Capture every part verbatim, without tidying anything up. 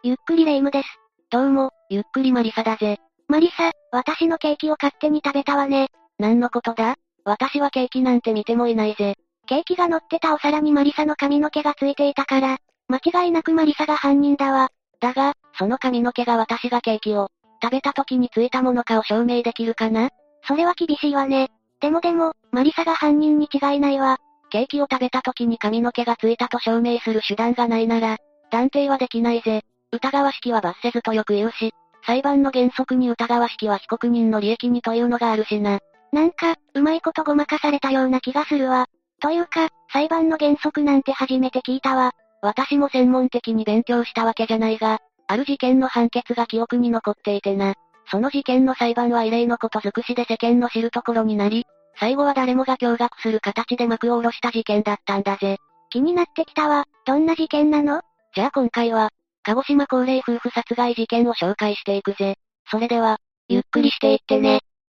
ゆっくりレ夢ムです。 どうも、ゆっくりマリサだぜ。 マリサ、私のケーキを勝手に食べたわね。 何のことだ？私はケーキなんて見てもいないぜ。 ケーキが乗ってたお皿にマリサの髪の毛がついていたから、間違いなくマリサが犯人だわ。 だが、その髪の毛が私がケーキを食べた時についたものかを証明できるかな？ それは厳しいわね。でもでも、マリサが犯人に違いないわ。 ケーキを食べた時に髪の毛がついたと証明する手段がないなら、断定はできないぜ。疑わしきは罰せずとよく言うし、裁判の原則に疑わしきは被告人の利益にというのがあるしな。 なんか、うまいことごまかされたような気がするわ。というか、裁判の原則なんて初めて聞いたわ。 私も専門的に勉強したわけじゃないが、ある事件の判決が記憶に残っていてな。その事件の裁判は異例のこと尽くしで世間の知るところになり、最後は誰もが驚愕する形で幕を下ろした事件だったんだぜ。 気になってきたわ。どんな事件なの？ じゃあ今回は、鹿児島高齢夫婦殺害事件を紹介していくぜ。それでは、ゆっくりしていってね。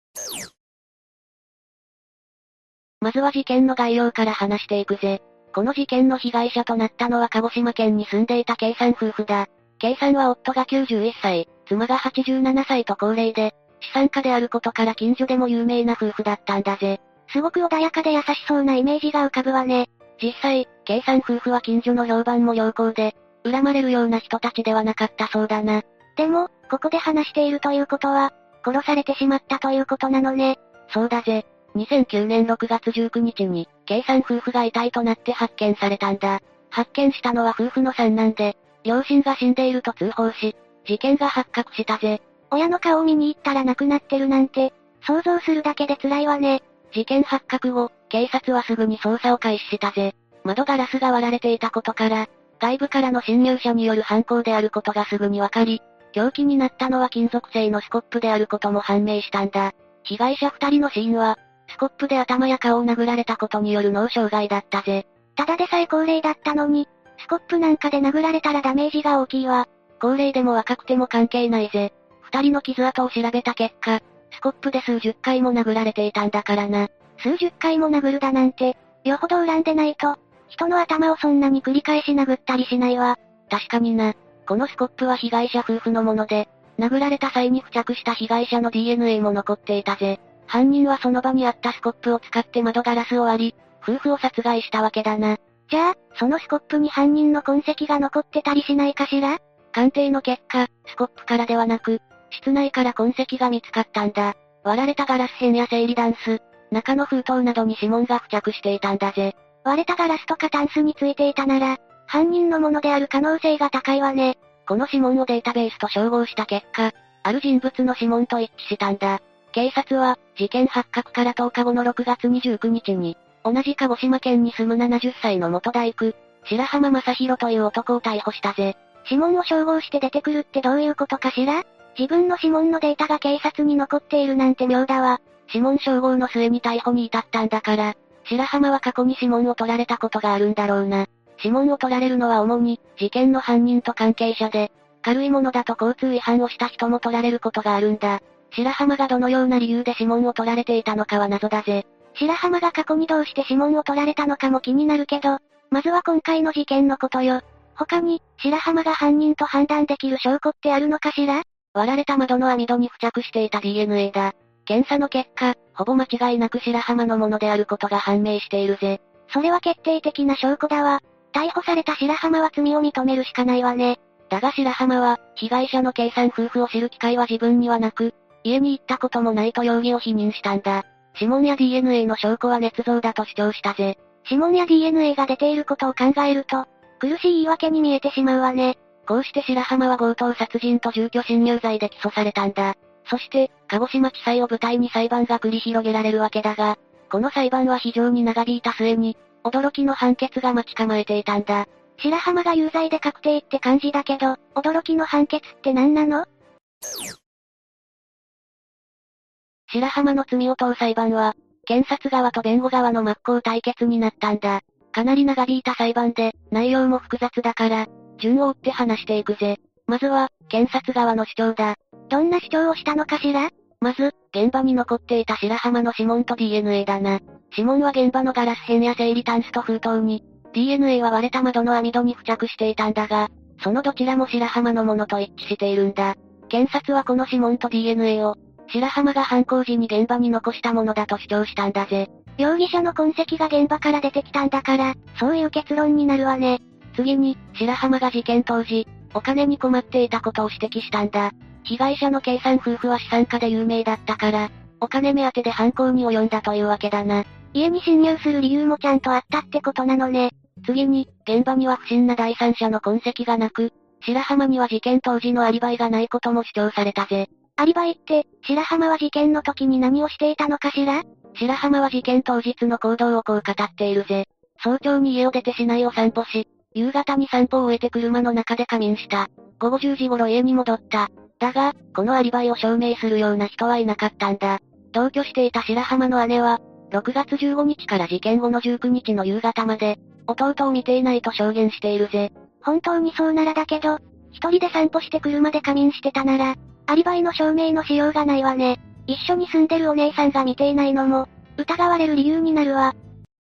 まずは事件の概要から話していくぜ。この事件の被害者となったのは鹿児島県に住んでいた K さん夫婦だ。K さんは夫がきゅうじゅういっさい、妻がはちじゅうななさいと高齢で、資産家であることから近所でも有名な夫婦だったんだぜ。 すごく穏やかで優しそうなイメージが浮かぶわね。 実際、K さん夫婦は近所の評判も良好で、恨まれるような人たちではなかったそうだな。 でも、ここで話しているということは、殺されてしまったということなのね。 そうだぜ。にせんきゅうねんろくがつじゅうくにちに、K さん夫婦が遺体となって発見されたんだ。発見したのは夫婦の三男で、両親が死んでいると通報し、事件が発覚したぜ。 親の顔を見に行ったら亡くなってるなんて、想像するだけで辛いわね。 事件発覚後、警察はすぐに捜査を開始したぜ。窓ガラスが割られていたことから、外部からの侵入者による犯行であることがすぐにわかり、凶器になったのは金属製のスコップであることも判明したんだ。被害者二人の死因は、スコップで頭や顔を殴られたことによる脳障害だったぜ。 ただでさえ高齢だったのに、スコップなんかで殴られたらダメージが大きいわ。 高齢でも若くても関係ないぜ。二人の傷跡を調べた結果、スコップで数十回も殴られていたんだからな。 数十回も殴るだなんて、よほど恨んでないと、人の頭をそんなに繰り返し殴ったりしないわ。 確かにな。このスコップは被害者夫婦のもので、殴られた際に付着した被害者の ディーエヌエー も残っていたぜ。犯人はその場にあったスコップを使って窓ガラスを割り、夫婦を殺害したわけだな。 じゃあ、そのスコップに犯人の痕跡が残ってたりしないかしら？ 鑑定の結果、スコップからではなく、室内から痕跡が見つかったんだ。割られたガラス片や整理ダンス、中の封筒などに指紋が付着していたんだぜ。 割れたガラスとかタンスについていたなら、犯人のものである可能性が高いわね。 この指紋をデータベースと照合した結果、ある人物の指紋と一致したんだ。警察は、事件発覚からとおかごのろくがつにじゅうくにちに、同じ鹿児島県に住むななじゅっさいの元大工、白浜正宏という男を逮捕したぜ。 指紋を照合して出てくるってどういうことかしら？自分の指紋のデータが警察に残っているなんて妙だわ。 指紋照合の末に逮捕に至ったんだから、白浜は過去に指紋を取られたことがあるんだろうな。指紋を取られるのは主に、事件の犯人と関係者で、軽いものだと交通違反をした人も取られることがあるんだ。白浜がどのような理由で指紋を取られていたのかは謎だぜ。 白浜が過去にどうして指紋を取られたのかも気になるけど、まずは今回の事件のことよ。他に、白浜が犯人と判断できる証拠ってあるのかしら？ 割られた窓の網戸に付着していた ディーエヌエー だ。検査の結果、ほぼ間違いなく白浜のものであることが判明しているぜ。 それは決定的な証拠だわ。逮捕された白浜は罪を認めるしかないわね。 だが白浜は、被害者の K さん夫婦を知る機会は自分にはなく、家に行ったこともないと容疑を否認したんだ。指紋や ディーエヌエー の証拠は捏造だと主張したぜ。 指紋や ディーエヌエー が出ていることを考えると、苦しい言い訳に見えてしまうわね。 こうして白浜は強盗殺人と住居侵入罪で起訴されたんだ。そして、鹿児島地裁を舞台に裁判が繰り広げられるわけだが、この裁判は非常に長引いた末に、驚きの判決が待ち構えていたんだ。 白浜が有罪で確定って感じだけど、驚きの判決って何なの？ 白浜の罪を問う裁判は、検察側と弁護側の真っ向対決になったんだ。かなり長引いた裁判で、内容も複雑だから、順を追って話していくぜ。まずは、検察側の主張だ。 どんな主張をしたのかしら？ まず、現場に残っていた白浜の指紋と ディーエヌエー だな。指紋は現場のガラス片や整理タンスと封筒に、ディーエヌエー は割れた窓の網戸に付着していたんだが、 そのどちらも白浜のものと一致しているんだ。検察はこの指紋と ディーエヌエー を、白浜が犯行時に現場に残したものだと主張したんだぜ。 容疑者の痕跡が現場から出てきたんだから、そういう結論になるわね。 次に、白浜が事件当時、お金に困っていたことを指摘したんだ。被害者の K さん夫婦は資産家で有名だったから、お金目当てで犯行に及んだというわけだな。 家に侵入する理由もちゃんとあったってことなのね。 次に、現場には不審な第三者の痕跡がなく、白浜には事件当時のアリバイがないことも主張されたぜ。 アリバイって、白浜は事件の時に何をしていたのかしら？ 白浜は事件当日の行動をこう語っているぜ。早朝に家を出て市内を散歩し、夕方に散歩を終えて車の中で仮眠した。午後じゅうじ頃家に戻った。だが、このアリバイを証明するような人はいなかったんだ。同居していた白浜の姉は、ろくがつじゅうごにちから事件後のじゅうくにちの夕方まで、弟を見ていないと証言しているぜ。 本当にそうならだけど、一人で散歩して車で仮眠してたなら、アリバイの証明のしようがないわね。一緒に住んでるお姉さんが見ていないのも、疑われる理由になるわ。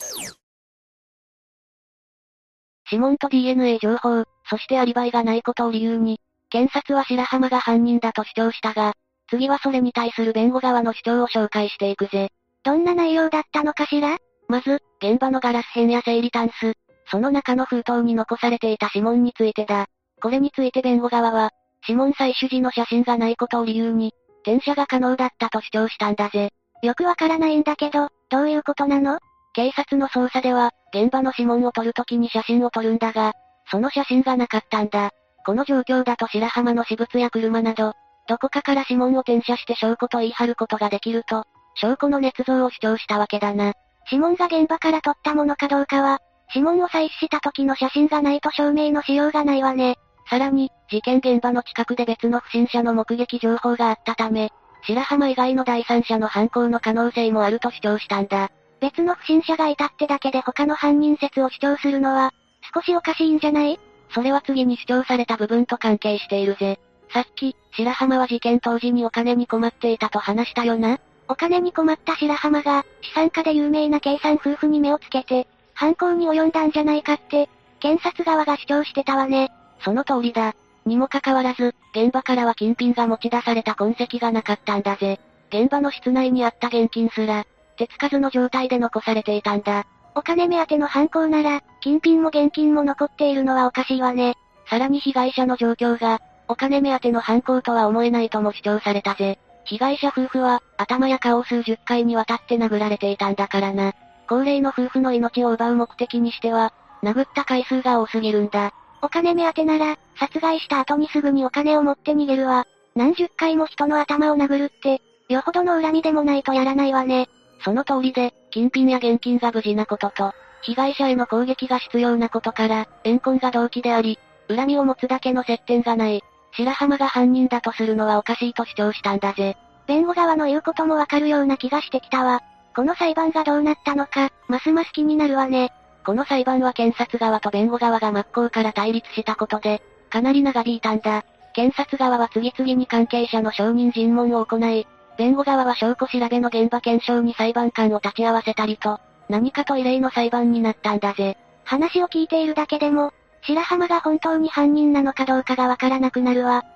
指紋と ディーエヌエー 情報、そしてアリバイがないことを理由に、検察は白浜が犯人だと主張したが、次はそれに対する弁護側の主張を紹介していくぜ。 どんな内容だったのかしら？ まず、現場のガラス片や整理タンス、その中の封筒に残されていた指紋についてだ。これについて弁護側は、指紋採取時の写真がないことを理由に、転写が可能だったと主張したんだぜ。 よくわからないんだけど、どういうことなの？ 警察の捜査では、現場の指紋を撮るときに写真を撮るんだが、その写真がなかったんだ。この状況だと白浜の私物や車など、どこかから指紋を転写して証拠と言い張ることができると、証拠の捏造を主張したわけだな。 指紋が現場から撮ったものかどうかは、指紋を採取した時の写真がないと証明のしようがないわね。 さらに、事件現場の近くで別の不審者の目撃情報があったため、白浜以外の第三者の犯行の可能性もあると主張したんだ。 別の不審者がいたってだけで他の犯人説を主張するのは、少しおかしいんじゃない？ それは次に主張された部分と関係しているぜ。さっき、白浜は事件当時にお金に困っていたと話したよな。 お金に困った白浜が、資産家で有名な K さん夫婦に目をつけて、犯行に及んだんじゃないかって、検察側が主張してたわね。 その通りだ。にもかかわらず、現場からは金品が持ち出された痕跡がなかったんだぜ。現場の室内にあった現金すら、手つかずの状態で残されていたんだ。 お金目当ての犯行なら、金品も現金も残っているのはおかしいわね。 さらに被害者の状況が、お金目当ての犯行とは思えないとも主張されたぜ。被害者夫婦は、頭や顔を数十回にわたって殴られていたんだからな。高齢の夫婦の命を奪う目的にしては、殴った回数が多すぎるんだ。 お金目当てなら、殺害した後にすぐにお金を持って逃げるわ。何十回も人の頭を殴るって、よほどの恨みでもないとやらないわね。 その通りで、金品や現金が無事なことと、被害者への攻撃が必要なことから、怨恨が動機であり、恨みを持つだけの接点がない。白浜が犯人だとするのはおかしいと主張したんだぜ。 弁護側の言うこともわかるような気がしてきたわ。この裁判がどうなったのか、ますます気になるわね。 この裁判は検察側と弁護側が真っ向から対立したことで、かなり長引いたんだ。検察側は次々に関係者の証人尋問を行い、弁護側は証拠調べの現場検証に裁判官を立ち会わせたりと、何かと異例の裁判になったんだぜ。 話を聞いているだけでも、白浜が本当に犯人なのかどうかがわからなくなるわ。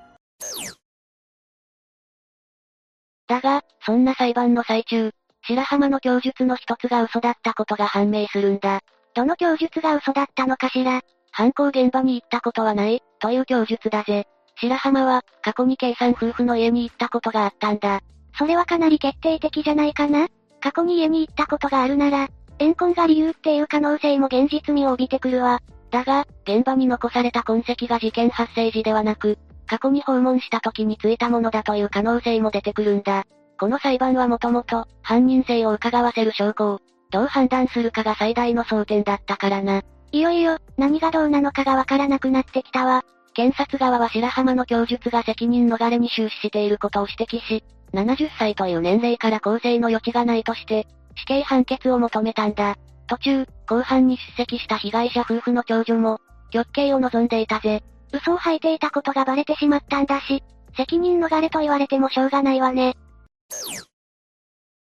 だが、そんな裁判の最中、白浜の供述の一つが嘘だったことが判明するんだ。 どの供述が嘘だったのかしら？ 犯行現場に行ったことはない、という供述だぜ。白浜は、過去に K さん夫婦の家に行ったことがあったんだ。 それはかなり決定的じゃないかな？過去に家に行ったことがあるなら、怨恨が理由っていう可能性も現実味を帯びてくるわ。 だが、現場に残された痕跡が事件発生時ではなく、過去に訪問した時についたものだという可能性も出てくるんだ。この裁判はもともと、犯人性を伺わせる証拠を、どう判断するかが最大の争点だったからな。 いよいよ、何がどうなのかがわからなくなってきたわ。 検察側は白浜の供述が責任逃れに終始していることを指摘し、ななじゅっさいという年齢から更生の余地がないとして、死刑判決を求めたんだ。途中、公判に出席した被害者夫婦の長女も、極刑を望んでいたぜ。 嘘を吐いていたことがバレてしまったんだし、責任逃れと言われてもしょうがないわね。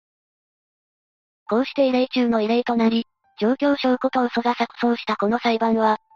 こうして異例中の異例となり、状況証拠と嘘が錯綜したこの裁判は、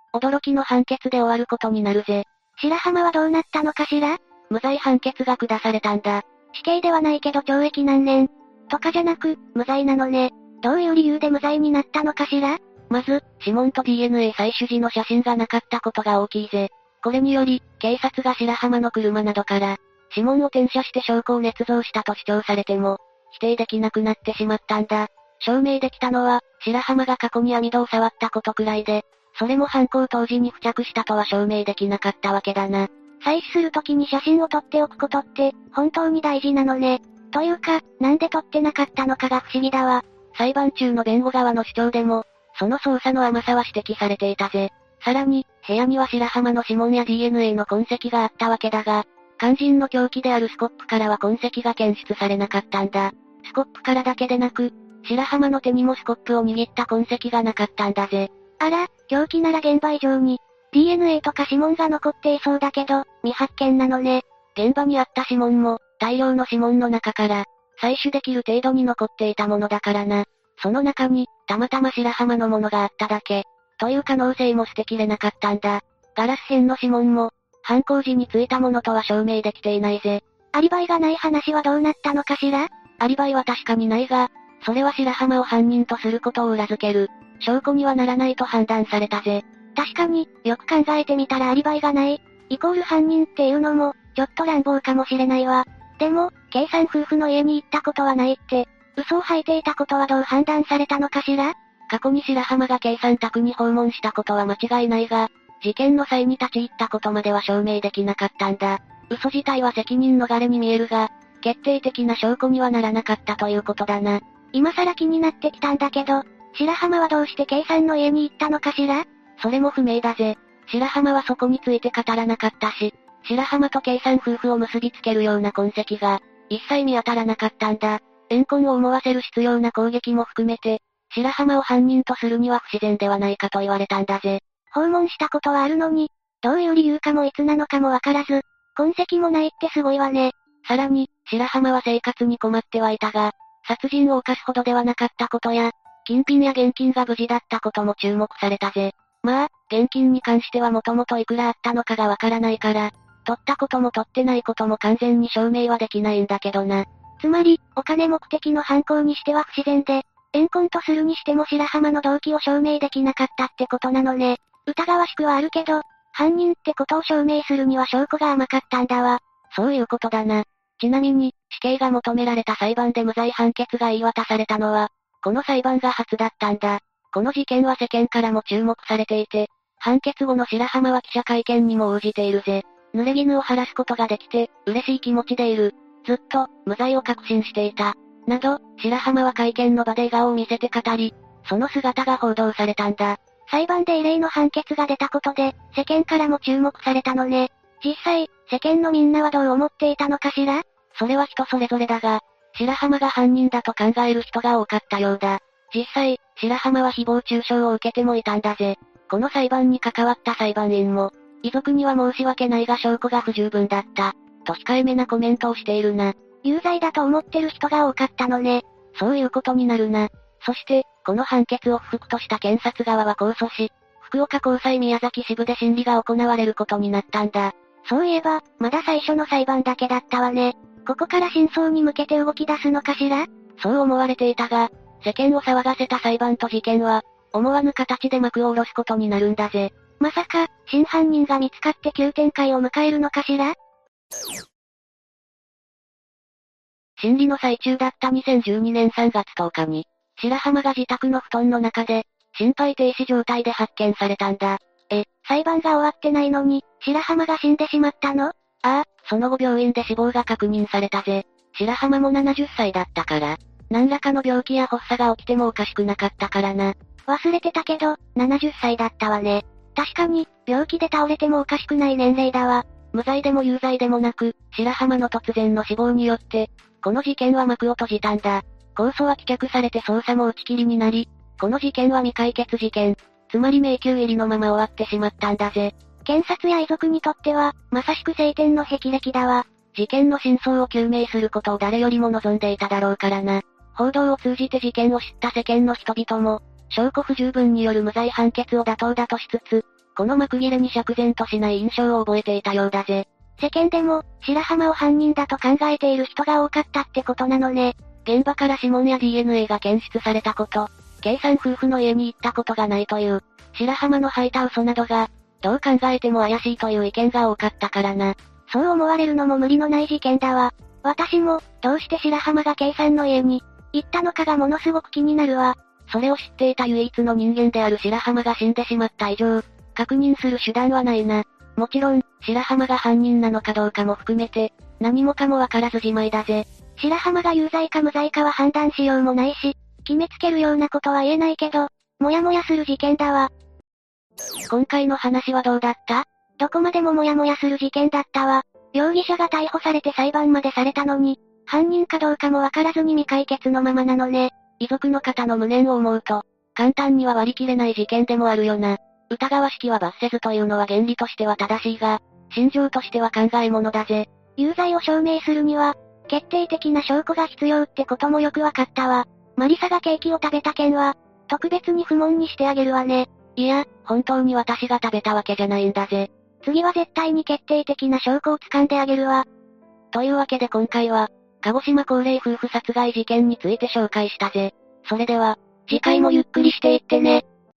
驚きの判決で終わることになるぜ。 白浜はどうなったのかしら？ 無罪判決が下されたんだ。 死刑ではないけど懲役何年とかじゃなく、無罪なのね。どういう理由で無罪になったのかしら？ まず、指紋と ディーエヌエー 採取時の写真がなかったことが大きいぜ。これにより、警察が白浜の車などから、指紋を転写して証拠を捏造したと主張されても、否定できなくなってしまったんだ。証明できたのは、白浜が過去に網戸を触ったことくらいで、それも犯行当時に付着したとは証明できなかったわけだな。 採取するときに写真を撮っておくことって、本当に大事なのね。というか、なんで撮ってなかったのかが不思議だわ。 裁判中の弁護側の主張でも、その捜査の甘さは指摘されていたぜ。さらに、部屋には白浜の指紋や ディーエヌエー の痕跡があったわけだが、肝心の凶器であるスコップからは痕跡が検出されなかったんだ。スコップからだけでなく、白浜の手にもスコップを握った痕跡がなかったんだぜ。 あら、凶器なら現場以上に、ディーエヌエー とか指紋が残っていそうだけど、未発見なのね。 現場にあった指紋も、大量の指紋の中から、採取できる程度に残っていたものだからな。その中に、たまたま白浜のものがあっただけ、という可能性も捨てきれなかったんだ。ガラス片の指紋も、犯行時についたものとは証明できていないぜ。 アリバイがない話はどうなったのかしら？ アリバイは確かにないが、それは白浜を犯人とすることを裏付ける、証拠にはならないと判断されたぜ。 確かに、よく考えてみたらアリバイがない、イコール犯人っていうのも、ちょっと乱暴かもしれないわ。でも、K さん夫婦の家に行ったことはないって、嘘を吐いていたことはどう判断されたのかしら？ 過去に白浜が K さん宅に訪問したことは間違いないが、事件の際に立ち入ったことまでは証明できなかったんだ。嘘自体は責任逃れに見えるが、決定的な証拠にはならなかったということだな。 今更気になってきたんだけど、白浜はどうして K さんの家に行ったのかしら？ それも不明だぜ。白浜はそこについて語らなかったし、白浜と K さん夫婦を結びつけるような痕跡が、一切見当たらなかったんだ。怨恨を思わせる執拗な攻撃も含めて、白浜を犯人とするには不自然ではないかと言われたんだぜ。 訪問したことはあるのに、どういう理由かもいつなのかもわからず、痕跡もないってすごいわね。 さらに、白浜は生活に困ってはいたが、殺人を犯すほどではなかったことや、金品や現金が無事だったことも注目されたぜ。まあ、現金に関してはもともといくらあったのかがわからないから、取ったことも取ってないことも完全に証明はできないんだけどな。 つまり、お金目的の犯行にしては不自然で、怨恨とするにしても白浜の動機を証明できなかったってことなのね。疑わしくはあるけど、犯人ってことを証明するには証拠が甘かったんだわ。 そういうことだな。ちなみに、死刑が求められた裁判で無罪判決が言い渡されたのは、この裁判が初だったんだ。この事件は世間からも注目されていて、判決後の白浜は記者会見にも応じているぜ。濡れ衣を晴らすことができて、嬉しい気持ちでいる。ずっと、無罪を確信していた。など、白浜は会見の場で笑顔を見せて語り、その姿が報道されたんだ。 裁判で異例の判決が出たことで、世間からも注目されたのね。実際、世間のみんなはどう思っていたのかしら？ それは人それぞれだが、白浜が犯人だと考える人が多かったようだ。実際、白浜は誹謗中傷を受けてもいたんだぜ。この裁判に関わった裁判員も、遺族には申し訳ないが証拠が不十分だった、と控えめなコメントをしているな。 有罪だと思ってる人が多かったのね。 そういうことになるな。そして、この判決を不服とした検察側は控訴し、福岡高裁宮崎支部で審理が行われることになったんだ。 そういえば、まだ最初の裁判だけだったわね。ここから真相に向けて動き出すのかしら？ そう思われていたが、世間を騒がせた裁判と事件は、思わぬ形で幕を下ろすことになるんだぜ。 まさか、真犯人が見つかって急展開を迎えるのかしら？ 審理の最中だったにせんじゅうにねんさんがつとおかに、白浜が自宅の布団の中で、心肺停止状態で発見されたんだ。 え、裁判が終わってないのに、白浜が死んでしまったの？ああ、その後病院で死亡が確認されたぜ。白浜もななじゅっさいだったから、何らかの病気や発作が起きてもおかしくなかったからな。 忘れてたけど、ななじゅっさいだったわね。確かに、病気で倒れてもおかしくない年齢だわ。 無罪でも有罪でもなく、白浜の突然の死亡によって、この事件は幕を閉じたんだ。控訴は棄却されて捜査も打ち切りになり、この事件は未解決事件、つまり迷宮入りのまま終わってしまったんだぜ。 検察や遺族にとっては、まさしく晴天の霹靂だわ。 事件の真相を究明することを誰よりも望んでいただろうからな。報道を通じて事件を知った世間の人々も、証拠不十分による無罪判決を妥当だとしつつ、 この幕切れに釈然としない印象を覚えていたようだぜ。 世間でも、白浜を犯人だと考えている人が多かったってことなのね。 現場から指紋や ディーエヌエー が検出されたこと、K さん夫婦の家に行ったことがないという、白浜の吐いた嘘などが、どう考えても怪しいという意見が多かったからな。 そう思われるのも無理のない事件だわ。私も、どうして白浜が K さんの家に、行ったのかがものすごく気になるわ。 それを知っていた唯一の人間である白浜が死んでしまった以上、確認する手段はないな。もちろん、白浜が犯人なのかどうかも含めて、何もかもわからずじまいだぜ。 白浜が有罪か無罪かは判断しようもないし、決めつけるようなことは言えないけど、もやもやする事件だわ。 今回の話はどうだった？ どこまでももやもやする事件だったわ。容疑者が逮捕されて裁判までされたのに、犯人かどうかもわからずに未解決のままなのね。 遺族の方の無念を思うと、簡単には割り切れない事件でもあるよな。疑わしきは罰せずというのは原理としては正しいが、心情としては考えものだぜ。 有罪を証明するには、決定的な証拠が必要ってこともよくわかったわ。マリサがケーキを食べた件は、特別に不問にしてあげるわね。 いや、本当に私が食べたわけじゃないんだぜ。 次は絶対に決定的な証拠を掴んであげるわ。 というわけで今回は、鹿児島高齢夫婦殺害事件について紹介したぜ。それでは、 次回もゆっくりしていってね。